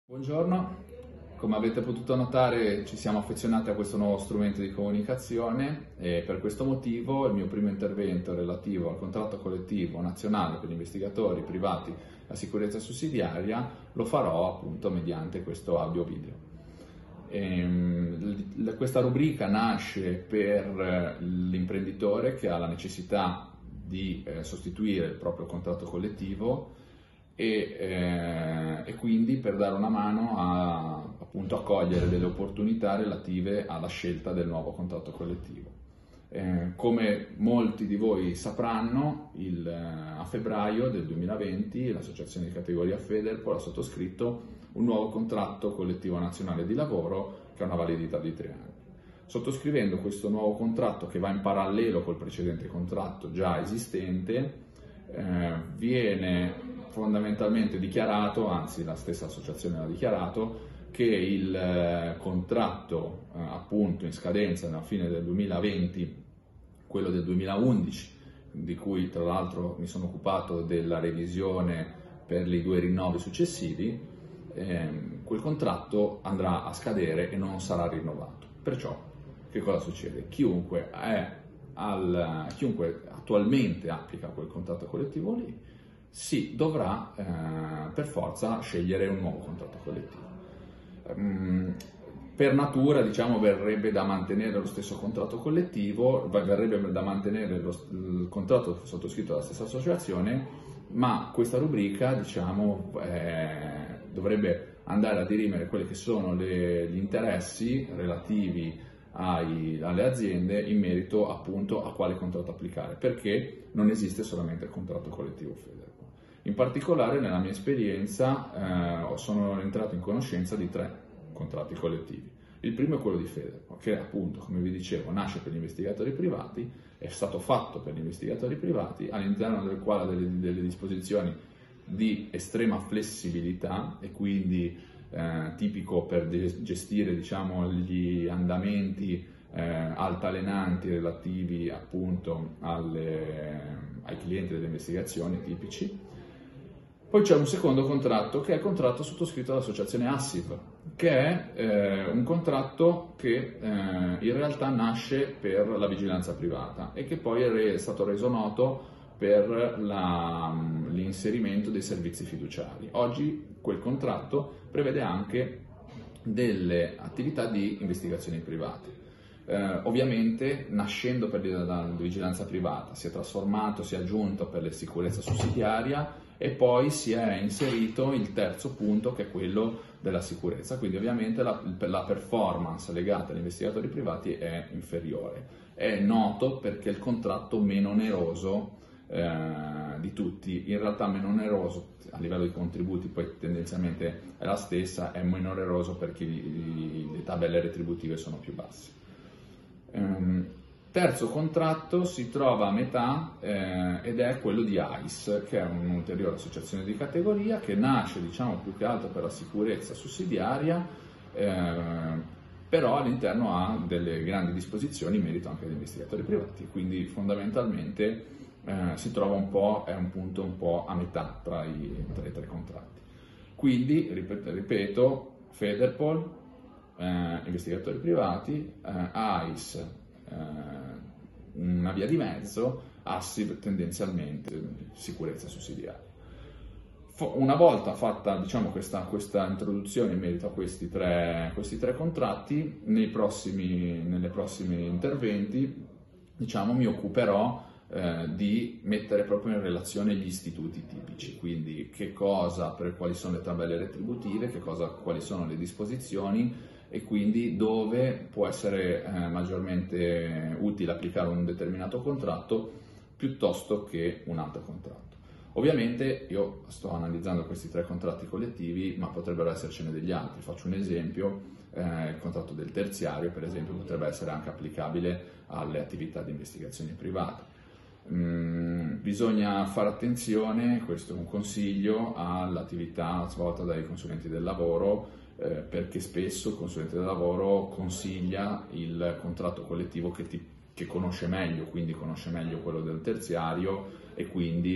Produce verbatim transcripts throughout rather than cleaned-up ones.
Buongiorno, come avete potuto notare ci siamo affezionati a questo nuovo strumento di comunicazione e per questo motivo il mio primo intervento relativo al contratto collettivo nazionale per gli investigatori privati a sicurezza sussidiaria lo farò appunto mediante questo audio video. E, questa rubrica nasce per l'imprenditore che ha la necessità di eh, sostituire il proprio contratto collettivo E, eh, e quindi per dare una mano a, appunto, a cogliere delle opportunità relative alla scelta del nuovo contratto collettivo. Eh, come molti di voi sapranno, il, a febbraio del duemilaventi l'associazione di categoria Federpol ha sottoscritto un nuovo contratto collettivo nazionale di lavoro che ha una validità di tre anni. Sottoscrivendo questo nuovo contratto, che va in parallelo col precedente contratto già esistente, eh, viene fondamentalmente dichiarato, anzi la stessa associazione l'ha dichiarato, che il eh, contratto eh, appunto in scadenza alla fine del duemilaventi, quello del duemilaundici, di cui tra l'altro mi sono occupato della revisione per i due rinnovi successivi, ehm, quel contratto andrà a scadere e non sarà rinnovato. Perciò che cosa succede? Chiunque, è al, chiunque attualmente applica quel contratto collettivo lì si dovrà eh, per forza scegliere un nuovo contratto collettivo. Um, per natura, diciamo, verrebbe da mantenere lo stesso contratto collettivo, verrebbe da mantenere lo, il contratto sottoscritto dalla stessa associazione, ma questa rubrica, diciamo, eh, dovrebbe andare a dirimere quelli che sono le, gli interessi relativi ai, alle aziende in merito appunto a quale contratto applicare, perché non esiste solamente il contratto collettivo Federpol. In particolare nella mia esperienza eh, sono entrato in conoscenza di tre contratti collettivi. Il primo è quello di Federpol, che appunto, come vi dicevo, nasce per gli investigatori privati, è stato fatto per gli investigatori privati, all'interno del quale ha delle, delle disposizioni di estrema flessibilità e quindi eh, tipico per gestire, diciamo, gli andamenti eh, altalenanti relativi appunto alle, ai clienti delle investigazioni tipici. Poi c'è un secondo contratto che è il contratto sottoscritto dall'associazione ASSIV, che è eh, un contratto che eh, in realtà nasce per la vigilanza privata e che poi è stato reso noto per l'inserimento dei servizi fiduciari. Oggi quel contratto prevede anche delle attività di investigazioni private. Eh, ovviamente, nascendo per la vigilanza privata, si è trasformato, si è aggiunto per la sicurezza sussidiaria e poi si è inserito il terzo punto, che è quello della sicurezza. Quindi ovviamente la, la performance legata agli investigatori privati è inferiore. È noto perché è il contratto meno oneroso eh, di tutti. In realtà meno oneroso a livello di contributi, poi tendenzialmente è la stessa, è meno oneroso perché le tabelle retributive sono più basse. Um, terzo contratto si trova a metà eh, ed è quello di A I S, che è un'ulteriore associazione di categoria che nasce, diciamo, più che altro per la sicurezza sussidiaria, eh, però all'interno ha delle grandi disposizioni in merito anche agli investigatori privati, quindi fondamentalmente eh, si trova un po', è un punto un po' a metà tra i, tra i tre contratti. Quindi, ripeto, ripeto Federpol, Eh, investigatori privati, eh, A I S, eh, una via di mezzo, ASSIV tendenzialmente sicurezza sussidiaria. F- una volta fatta, diciamo, questa, questa introduzione in merito a questi tre, questi tre contratti, nei prossimi, nelle prossimi interventi, diciamo, mi occuperò eh, di mettere proprio in relazione gli istituti tipici, quindi che cosa, per quali sono le tabelle retributive, che cosa, quali sono le disposizioni e quindi dove può essere eh, maggiormente utile applicare un determinato contratto piuttosto che un altro contratto. Ovviamente io sto analizzando questi tre contratti collettivi, ma potrebbero essercene degli altri. Faccio un esempio, eh, il contratto del terziario, per esempio, potrebbe essere anche applicabile alle attività di investigazione private. Mm, bisogna fare attenzione, questo è un consiglio, all'attività svolta dai consulenti del lavoro, eh, perché spesso il consulente del lavoro consiglia il contratto collettivo che, ti, che conosce meglio, quindi conosce meglio quello del terziario e quindi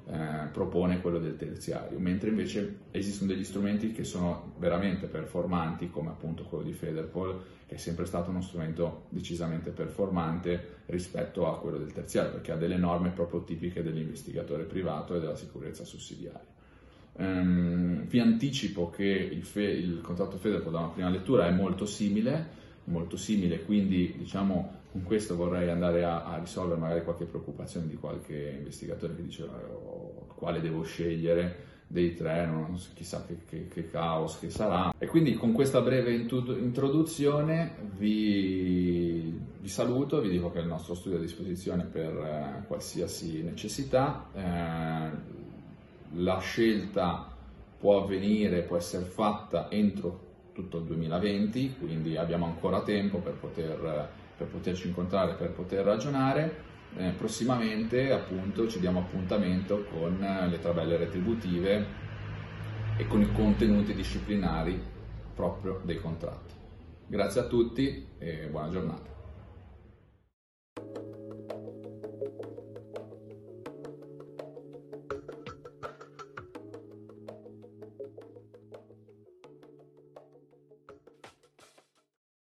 eh, propone quello del terziario, mentre invece esistono degli strumenti che sono veramente performanti, come appunto quello di Federpol, che è sempre stato uno strumento decisamente performante rispetto a quello del terziario, perché ha delle norme proprio tipiche dell'investigatore privato e della sicurezza sussidiaria. Um, vi anticipo che il, fe- il contratto Federpol da una prima lettura è molto simile, molto simile, quindi diciamo con questo vorrei andare a, a risolvere magari qualche preoccupazione di qualche investigatore che dice oh, quale devo scegliere dei tre, non so, chissà che, che, che caos che sarà. E quindi con questa breve introduzione vi, vi saluto, vi dico che il nostro studio è a disposizione per eh, qualsiasi necessità. Eh, la scelta può avvenire, può essere fatta entro tutto il duemilaventi, quindi abbiamo ancora tempo per, poter, per poterci incontrare, per poter ragionare. Eh, prossimamente appunto ci diamo appuntamento con le tabelle retributive e con i contenuti disciplinari proprio dei contratti. Grazie a tutti e buona giornata.